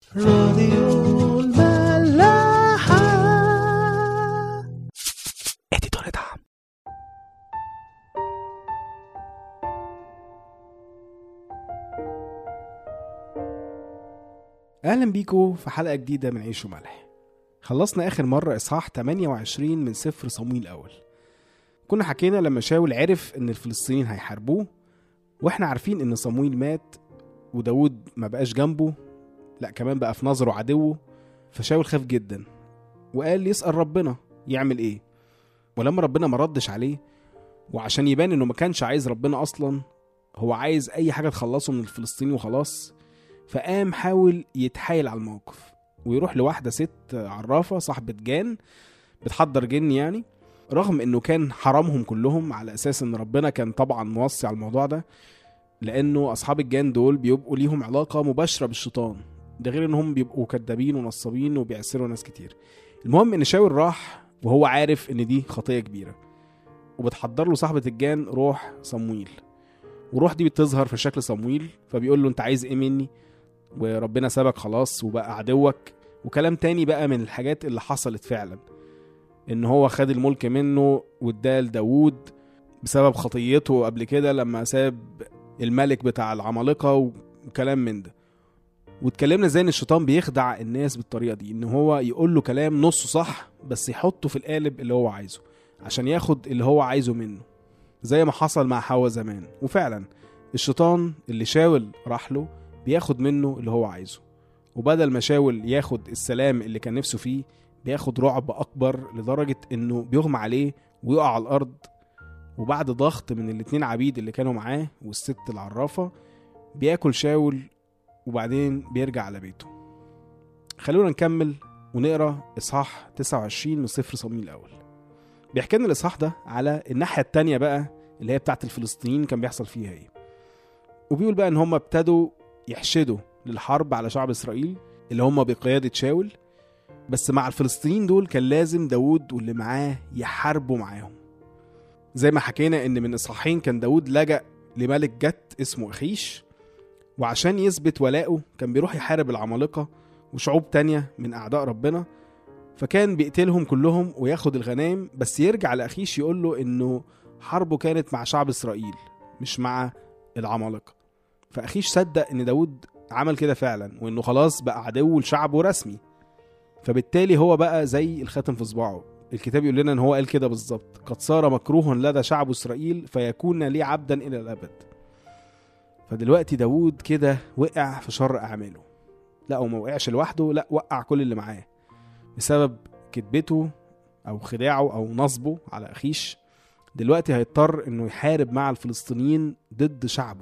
راديو الملاحة. اديتور دعم. اهلا بيكم في حلقة جديدة من عيش وملح. خلصنا اخر مرة اصحاح 28 من سفر صموئيل الاول. كنا حكينا لما شاول عرف ان الفلسطينيين هيحاربوه، واحنا عارفين ان صموئيل مات وداود ما بقاش جنبه، لا كمان بقى في نظره عدوه. فشاول خاف جدا وقال يسأل ربنا يعمل ايه. ولما ربنا ما ردش عليه، وعشان يبان انه ما كانش عايز ربنا اصلا، هو عايز اي حاجة تخلصه من الفلسطيني وخلاص، فقام حاول يتحايل على الموقف ويروح لواحدة ست عرافة صاحبة جان بتحضر جن يعني، رغم انه كان حرامهم كلهم على اساس ان ربنا كان طبعا موصي على الموضوع ده، لانه اصحاب الجان دول بيبقوا ليهم علاقة مباشرة بالشيطان، ده غير انهم بيبقوا كدابين ونصابين وبيعسروا ناس كتير. المهم ان شاول راح وهو عارف ان دي خطية كبيرة، وبتحضر له صاحبة الجان روح صموئيل، وروح دي بتظهر في شكل صموئيل، فبيقول له انت عايز ايه مني، وربنا سابك خلاص وبقى عدوك، وكلام تاني بقى من الحاجات اللي حصلت فعلا، ان هو خد الملك منه واداه لداود بسبب خطيته قبل كده لما ساب الملك بتاع العمالقة وكلام من ده. واتكلمنا ازاي ان الشيطان بيخدع الناس بالطريقة دي، ان هو يقول له كلام نصه صح بس يحطه في القالب اللي هو عايزه عشان ياخد اللي هو عايزه منه، زي ما حصل مع حواء زمان. وفعلا الشيطان اللي شاول راح له بياخد منه اللي هو عايزه، وبدل ما شاول ياخد السلام اللي كان نفسه فيه، بياخد رعب أكبر لدرجة إنه بيغمى عليه ويقع على الأرض. وبعد ضغط من الاتنين عبيد اللي كانوا معاه والست العرافة، بياكل شاول وبعدين بيرجع على بيته. خلونا نكمل ونقرأ إصحاح 29 من سفر صموئيل الأول. بيحكي لنا الإصحاح ده على الناحية التانية بقى اللي هي بتاعت الفلسطينيين كان بيحصل فيها ايه. وبيقول بقى ان هم ابتدوا يحشدوا للحرب على شعب اسرائيل اللي هم بقيادة شاول، بس مع الفلسطينيين دول كان لازم داود واللي معاه يحاربوا معاهم. زي ما حكينا ان من اصحاحين كان داود لجأ لملك جت اسمه أخيش، وعشان يثبت ولاءه كان بيروح يحارب العمالقة وشعوب تانية من اعداء ربنا، فكان بيقتلهم كلهم وياخد الغنائم، بس يرجع لأخيش يقول له انه حربه كانت مع شعب اسرائيل مش مع العمالقة. فأخيش صدق ان داود عمل كده فعلا، وانه خلاص بقى عدو لشعبه رسمي، فبالتالي هو بقى زي الخاتم في صباعه. الكتاب يقول لنا ان هو قال كده بالظبط: قد صار مكروها لدى شعب اسرائيل فيكون لي عبدا الى الابد. فدلوقتي داود كده وقع في شر اعماله، لا وما وقعش لوحده، لا وقع كل اللي معاه بسبب كذبته او خداعه او نصبه على أخيش. دلوقتي هيضطر انه يحارب مع الفلسطينيين ضد شعبه.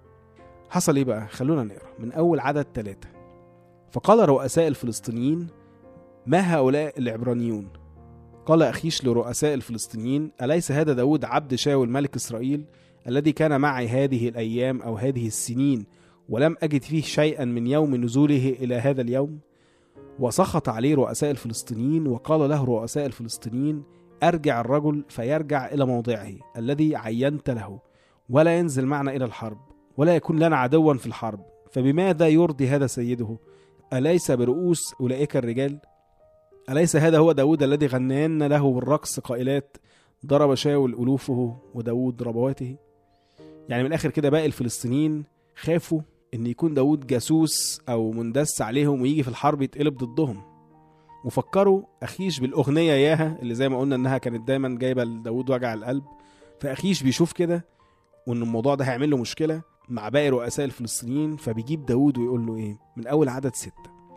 حصل ايه بقى؟ خلونا نقرأ من اول عدد 3. فقال رؤساء الفلسطينيين: ما هؤلاء العبرانيون؟ قال أخيش لرؤساء الفلسطينيين: أليس هذا داود عبد شاول ملك إسرائيل الذي كان معي هذه الأيام أو هذه السنين ولم أجد فيه شيئا من يوم نزوله إلى هذا اليوم؟ وسخط عليه رؤساء الفلسطينيين، وقال له رؤساء الفلسطينيين: أرجع الرجل فيرجع إلى موضعه الذي عينت له، ولا ينزل معنا إلى الحرب، ولا يكون لنا عدوا في الحرب، فبماذا يرضي هذا سيده؟ أليس برؤوس أولئك الرجال؟ أليس هذا هو داود الذي غنينا له بالرقص قائلات: ضرب شاول ألوفه وداود ربواته؟ يعني من الآخر كده باقي الفلسطينيين خافوا إن يكون داود جاسوس أو مندس عليهم ويجي في الحرب يتقلب ضدهم، وفكروا أخيش بالأغنية ياها اللي زي ما قلنا إنها كانت دايما جايبة لداود وجع القلب. فأخيش بيشوف كده وإن الموضوع ده هيعمل له مشكلة مع باقي رؤساء الفلسطينيين، فبيجيب داود ويقول له إيه من أول عدد 6.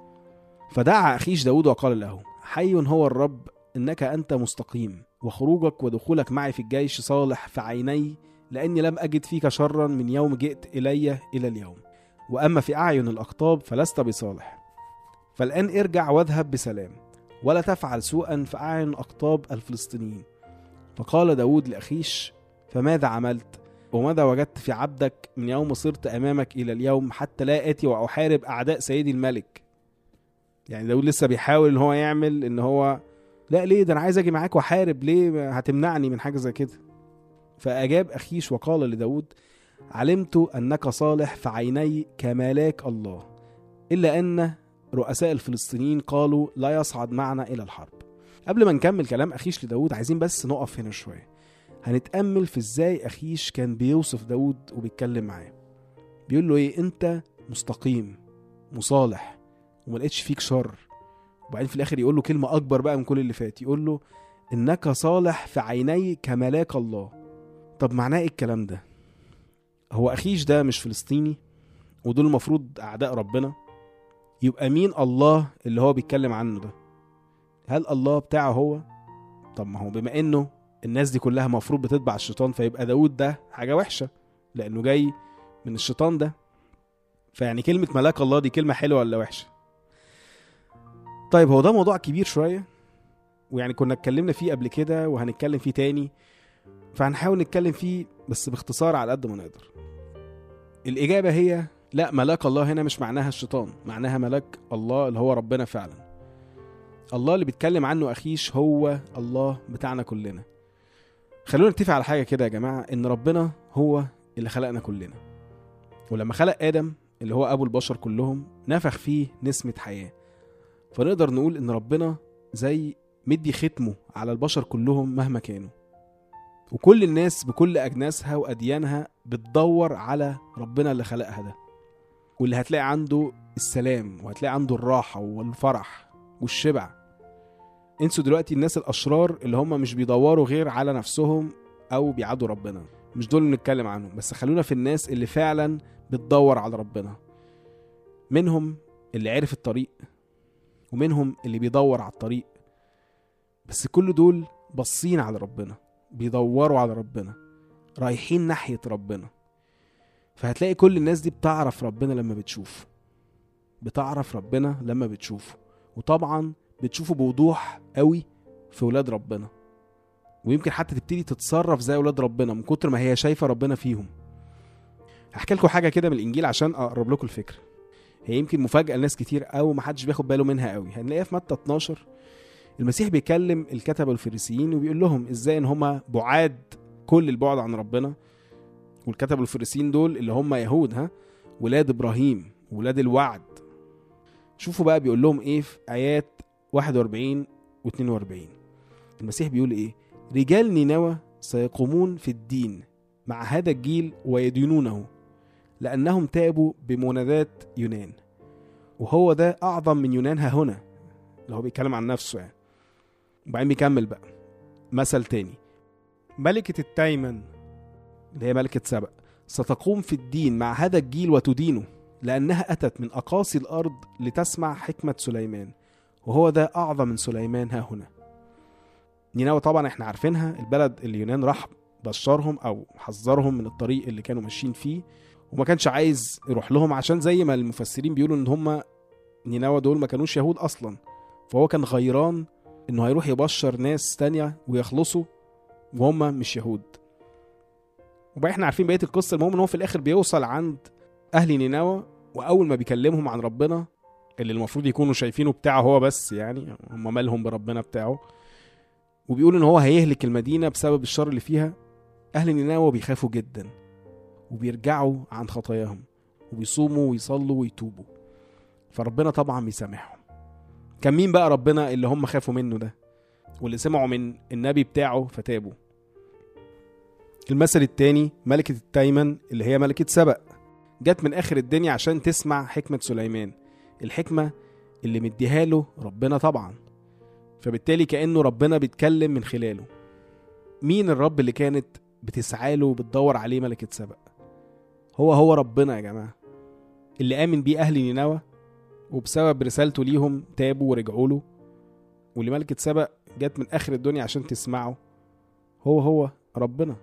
فدعا أخيش داود وقال له: حي هو الرب إنك أنت مستقيم، وخروجك ودخولك معي في الجيش صالح في عيني، لأني لم أجد فيك شرا من يوم جئت إلي إلى اليوم، وأما في أعين الأقطاب فلست بصالح. فالآن ارجع واذهب بسلام، ولا تفعل سوءا في أعين أقطاب الفلسطينيين. فقال داود لأخيش: فماذا عملت؟ وماذا وجدت في عبدك من يوم صرت أمامك إلى اليوم حتى لا آتي وأحارب أعداء سيدي الملك؟ يعني داود لسه بيحاول إن هو يعمل إن هو لا ليه ده أنا عايز أجي معاك وأحارب، ليه هتمنعني من حاجة زي كده؟ فأجاب أخيش وقال لداود: علمت أنك صالح في عيني كملاك الله، إلا أن رؤساء الفلسطينيين قالوا لا يصعد معنا إلى الحرب. قبل ما نكمل كلام أخيش لداود عايزين بس نقف هنا شوية، هنتأمل في إزاي أخيش كان بيوصف داود وبيتكلم معاه. بيقول له إيه؟ أنت مستقيم مصالح وملقتش فيك شر. وبعدين في الآخر يقول له كلمة أكبر بقى من كل اللي فات، يقول له إنك صالح في عيني كملاك الله. طب معناه إيه الكلام ده؟ هو أخيش ده مش فلسطيني ودول المفروض أعداء ربنا؟ يبقى مين الله اللي هو بيتكلم عنه ده؟ هل الله بتاعه هو؟ طب ما هو بما إنه الناس دي كلها مفروض بتتبع الشيطان، فيبقى داود ده حاجة وحشة لأنه جاي من الشيطان ده. فيعني كلمة ملاك الله دي كلمة حلوة ولا وحشة؟ طيب هو ده موضوع كبير شوية، ويعني كنا اتكلمنا فيه قبل كده وهنتكلم فيه تاني، فهنحاول نتكلم فيه بس باختصار على قد ما نقدر. الإجابة هي لا، ملاك الله هنا مش معناها الشيطان، معناها ملاك الله اللي هو ربنا فعلا. الله اللي بيتكلم عنه أخيش هو الله بتاعنا كلنا. خلونا نتفق على حاجة كده يا جماعة، إن ربنا هو اللي خلقنا كلنا، ولما خلق آدم اللي هو أبو البشر كلهم نفخ فيه نسمة حياة. فنقدر نقول إن ربنا زي مدي ختمه على البشر كلهم مهما كانوا، وكل الناس بكل أجناسها وأديانها بتدور على ربنا اللي خلقها ده، واللي هتلاقي عنده السلام وهتلاقي عنده الراحة والفرح والشبع. انسوا دلوقتي الناس الأشرار اللي هم مش بيدوروا غير على نفسهم أو بيعادوا ربنا، مش دول اللي نتكلم عنهم، بس خلونا في الناس اللي فعلا بتدور على ربنا. منهم اللي عرف الطريق ومنهم اللي بيدور على الطريق، بس كل دول بصين على ربنا، بيدوروا على ربنا، رايحين ناحية ربنا. فهتلاقي كل الناس دي بتعرف ربنا لما بتشوف، بتعرف ربنا لما بتشوفه، وطبعا بتشوفه بوضوح قوي في ولاد ربنا، ويمكن حتى تبتدي تتصرف زي ولاد ربنا من كتر ما هي شايفة ربنا فيهم. هحكي لكم حاجة كده من الإنجيل عشان أقرب لكم الفكرة، هي يمكن مفاجأة لناس كتير أو محدش بياخد باله منها قوي. هنلاقيها في متى 12. المسيح بيكلم الكتبة والفريسيين وبيقول لهم إزاي إن هما بعاد كل البعد عن ربنا. والكتبة والفريسيين دول اللي هم يهود، ولاد إبراهيم ولاد الوعد. شوفوا بقى بيقول لهم إيه في آيات 41 و42. المسيح بيقول إيه؟ رجال نينوى سيقومون في الدين مع هذا الجيل ويدينونه، لأنهم تابوا بمنادات يونان، وهو ده أعظم من يونان ها هنا، اللي هو بيتكلم عن نفسه يعني. وبعدين بيكمل بقى مثل تاني، ملكة التيمن اللي هي ملكة سبأ ستقوم في الدين مع هذا الجيل وتدينه، لأنها أتت من أقاصي الأرض لتسمع حكمة سليمان، وهو ده أعظم من سليمان ها هنا. نينوى طبعا احنا عارفينها، البلد اللي يونان راح بشرهم أو حذرهم من الطريق اللي كانوا ماشيين فيه، وما كانش عايز يروح لهم عشان زي ما المفسرين بيقولوا ان هم نينوى دول ما كانوش يهود أصلا، فهو كان غيران انه هيروح يبشر ناس تانية ويخلصوا وهم مش يهود. وبقى احنا عارفين بقية القصة. المهم ان هو في الاخر بيوصل عند اهل نينوى، واول ما بيكلمهم عن ربنا اللي المفروض يكونوا شايفينه بتاعه هو بس، يعني هم مالهم بربنا بتاعه، وبيقول ان هو هيهلك المدينة بسبب الشر اللي فيها، اهل نينوى بيخافوا جدا وبيرجعوا عن خطاياهم وبيصوموا ويصلوا ويتوبوا، فربنا طبعا بيسامحهم. كان مين بقى ربنا اللي هم خافوا منه ده واللي سمعوا من النبي بتاعه فتابوا؟ المثل التاني ملكة التيمن اللي هي ملكة سبأ، جت من آخر الدنيا عشان تسمع حكمة سليمان، الحكمة اللي مديها له ربنا طبعا، فبالتالي كأنه ربنا بيتكلم من خلاله. مين الرب اللي كانت بتسعى له وبتدور عليه ملكة سبأ؟ هو ربنا يا جماعة، اللي آمن بيه أهل نينوى وبسبب رسالته ليهم تابوا ورجعوا له، واللي ملكة سبأ جت من آخر الدنيا عشان تسمعه، هو ربنا.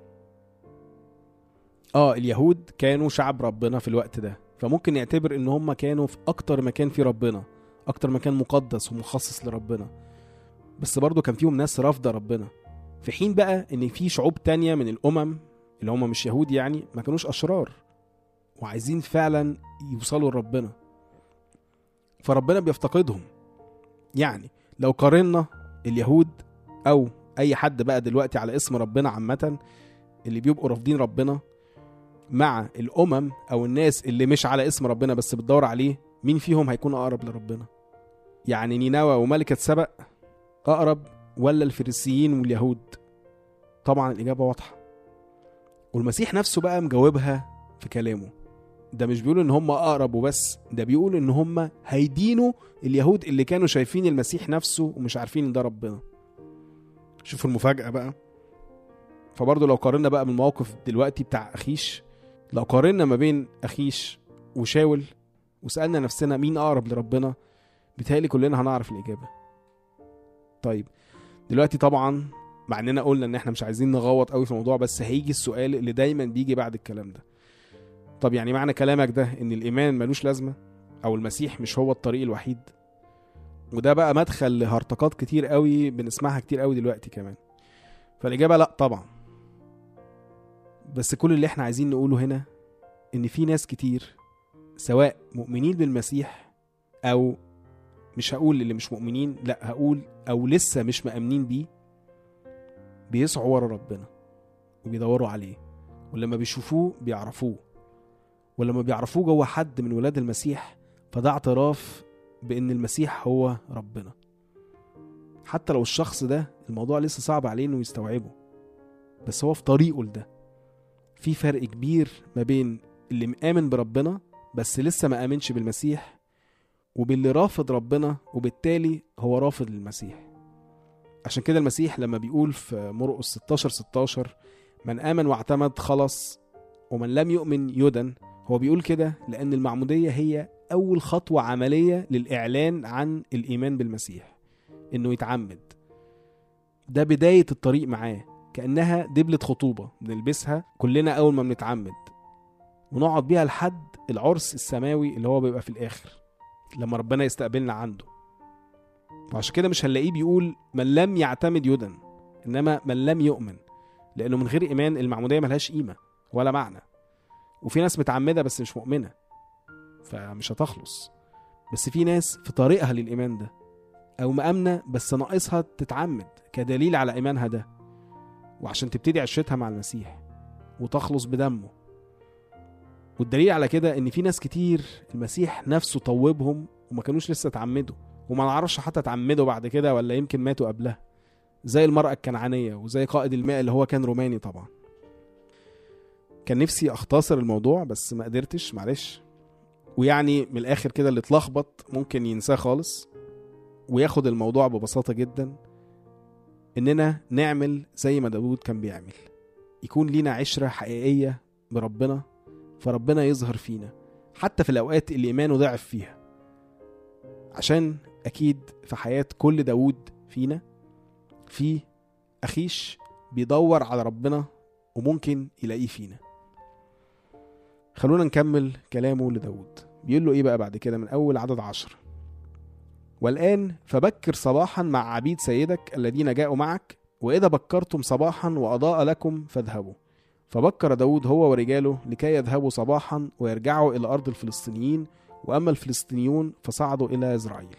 اليهود كانوا شعب ربنا في الوقت ده، فممكن نعتبر ان هم كانوا في اكتر مكان في ربنا، اكتر مكان مقدس ومخصص لربنا، بس برضو كان فيهم ناس رافضة ربنا، في حين بقى ان في شعوب تانية من الامم اللي هم مش يهود يعني ما كانوش اشرار وعايزين فعلا يوصلوا لربنا، فربنا بيفتقدهم. يعني لو قارنا اليهود او اي حد بقى دلوقتي على اسم ربنا عامة اللي بيبقوا رافضين ربنا مع الامم او الناس اللي مش على اسم ربنا بس بتدور عليه، مين فيهم هيكون أقرب لربنا؟ يعني نينوى وملكة سبأ أقرب ولا الفريسيين واليهود؟ طبعا الإجابة واضحة. والمسيح نفسه بقى مجاوبها في كلامه. ده مش بيقول إن هم أقرب وبس، ده بيقول إن هم هيدينوا اليهود اللي كانوا شايفين المسيح نفسه ومش عارفين إن ده ربنا. شوفوا المفاجأة بقى. فبرضه لو قارنا بقى بالموقف دلوقتي بتاع أخيش، لو قارنا ما بين أخيش وشاول وسألنا نفسنا مين أقرب لربنا، بيتهيألي كلنا هنعرف الإجابة. طيب دلوقتي طبعا مع اننا قلنا ان احنا مش عايزين نغوط قوي في الموضوع، بس هيجي السؤال اللي دايما بيجي بعد الكلام ده. طب يعني معنى كلامك ده ان الايمان ملوش لازمة او المسيح مش هو الطريق الوحيد؟ وده بقى مدخل لهرطقات كتير قوي بنسمعها كتير قوي دلوقتي كمان. فالاجابة لا طبعا. بس كل اللي احنا عايزين نقوله هنا ان في ناس كتير سواء مؤمنين بالمسيح او مش هقول اللي مش مؤمنين، لا هقول او لسه مش مأمنين بيه، بيسعوا ورا ربنا وبيدوروا عليه، ولما بيشوفوه بيعرفوه، ولما بيعرفوه جوه حد من ولاد المسيح فده اعتراف بان المسيح هو ربنا. حتى لو الشخص ده الموضوع لسه صعب عليه انه يستوعبه، بس هو في طريقه لده. في فرق كبير ما بين اللي مآمن بربنا بس لسه ما آمنش بالمسيح، وباللي رافض ربنا وبالتالي هو رافض للمسيح. عشان كده المسيح لما بيقول في مرقس 16 من آمن واعتمد خلص ومن لم يؤمن يدن، هو بيقول كده لأن المعمودية هي أول خطوة عملية للإعلان عن الإيمان بالمسيح، إنه يتعمد. ده بداية الطريق معاه، كأنها دبلة خطوبة بنلبسها كلنا أول ما بنتعمد ونقعد بيها لحد العرس السماوي اللي هو بيبقى في الآخر لما ربنا يستقبلنا عنده. وعشان كده مش هنلاقيه بيقول من لم يعتمد يدن، إنما من لم يؤمن، لأنه من غير إيمان المعمودية ملهاش قيمة ولا معنى. وفي ناس متعمدة بس مش مؤمنة فمش هتخلص. بس في ناس في طريقها للإيمان ده أو مأمنة بس ناقصها تتعمد كدليل على إيمانها ده، وعشان تبتدي عشتها مع المسيح وتخلص بدمه. والدليل على كده إن في ناس كتير المسيح نفسه طوبهم وما كانوش لسه تعمدوا، وما نعرفش حتى تعمدوا بعد كده ولا يمكن ماتوا قبلها، زي المرأة الكنعانية وزي قائد الماء اللي هو كان روماني طبعا. كان نفسي اختصر الموضوع بس ما قدرتش، معلش. ويعني من الاخر كده اللي اتلخبط ممكن ينساه خالص وياخد الموضوع ببساطة جدا، اننا نعمل زي ما داود كان بيعمل، يكون لينا عشرة حقيقية بربنا، فربنا يظهر فينا حتى في الاوقات اللي ايمانه ضعف فيها. عشان اكيد في حياة كل داود فينا في أخيش بيدور على ربنا وممكن يلاقيه فينا. خلونا نكمل كلامه لداود. بيقول له إيه بقى بعد كده من أول عدد 10: والآن فبكر صباحا مع عبيد سيدك الذين جاءوا معك، وإذا بكرتم صباحا وأضاء لكم فاذهبوا. فبكر داود هو ورجاله لكي يذهبوا صباحا ويرجعوا إلى أرض الفلسطينيين، وأما الفلسطينيون فصعدوا إلى إسرائيل.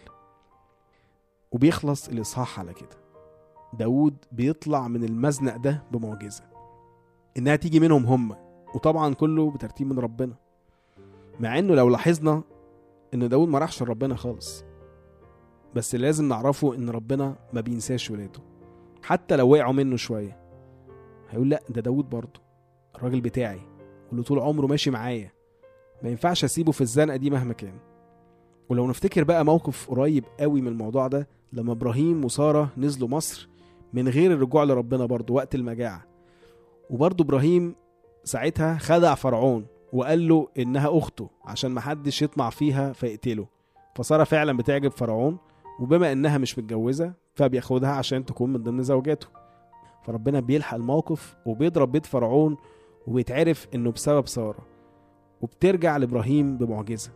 وبيخلص الإصحاح على كده. داود بيطلع من المزنق ده بمعجزة إنها تيجي منهم هم، وطبعا كله بترتيب من ربنا. مع إنه لو لاحظنا إن داود ما راحش لربنا خالص، بس لازم نعرفه إن ربنا ما بينساش ولاده حتى لو وقعوا منه شوية. هيقول لأ ده داود برضه الراجل بتاعي واللي طول عمره ماشي معايا، ما ينفعش أسيبه في الزنقة دي مهما كان. ولو نفتكر بقى موقف قريب قوي من الموضوع ده، لما إبراهيم وسارة نزلوا مصر من غير الرجوع لربنا برضه وقت المجاعة، وبرضه إبراهيم ساعتها خدع فرعون وقال له إنها أخته عشان محدش يطمع فيها فيقتله. فسارة فعلا بتعجب فرعون، وبما إنها مش متجوزة فبياخدها عشان تكون من ضمن زوجاته. فربنا بيلحق الموقف وبيضرب بيت فرعون، وبيتعرف إنه بسبب سارة، وبترجع لإبراهيم بمعجزة.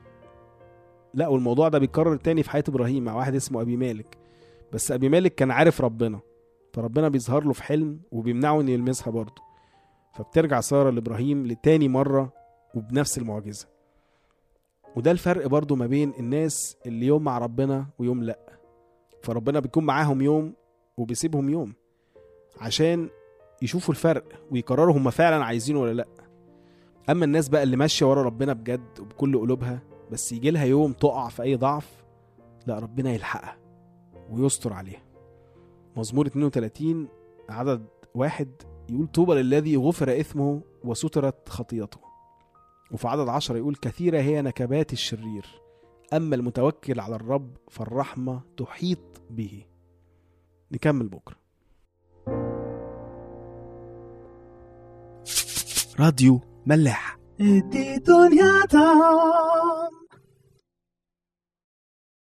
لا والموضوع ده بيتكرر تاني في حياة إبراهيم مع واحد اسمه أبي مالك، بس أبي مالك كان عارف ربنا، فربنا بيظهر له في حلم وبيمنعه إنه يلمسها برضه. فبترجع سارة لإبراهيم لتاني مرة وبنفس المعجزة. وده الفرق برضه ما بين الناس اللي يوم مع ربنا ويوم لأ. فربنا بيكون معاهم يوم وبيسيبهم يوم عشان يشوفوا الفرق ويقرروا هم فعلا عايزينه ولا لأ. أما الناس بقى اللي ماشية ورا ربنا بجد وبكل قلوبها، بس يجي لها يوم تقع في أي ضعف، لا ربنا يلحقها ويستر عليها. مزمور 32 عدد 1 يقول طوبى للذي غفر إثمه وسترت خطيته. وفي عدد 10 يقول كثيرة هي نكبات الشرير، أما المتوكل على الرب فالرحمة تحيط به. نكمل بكرة. راديو ملاح. دي دنيا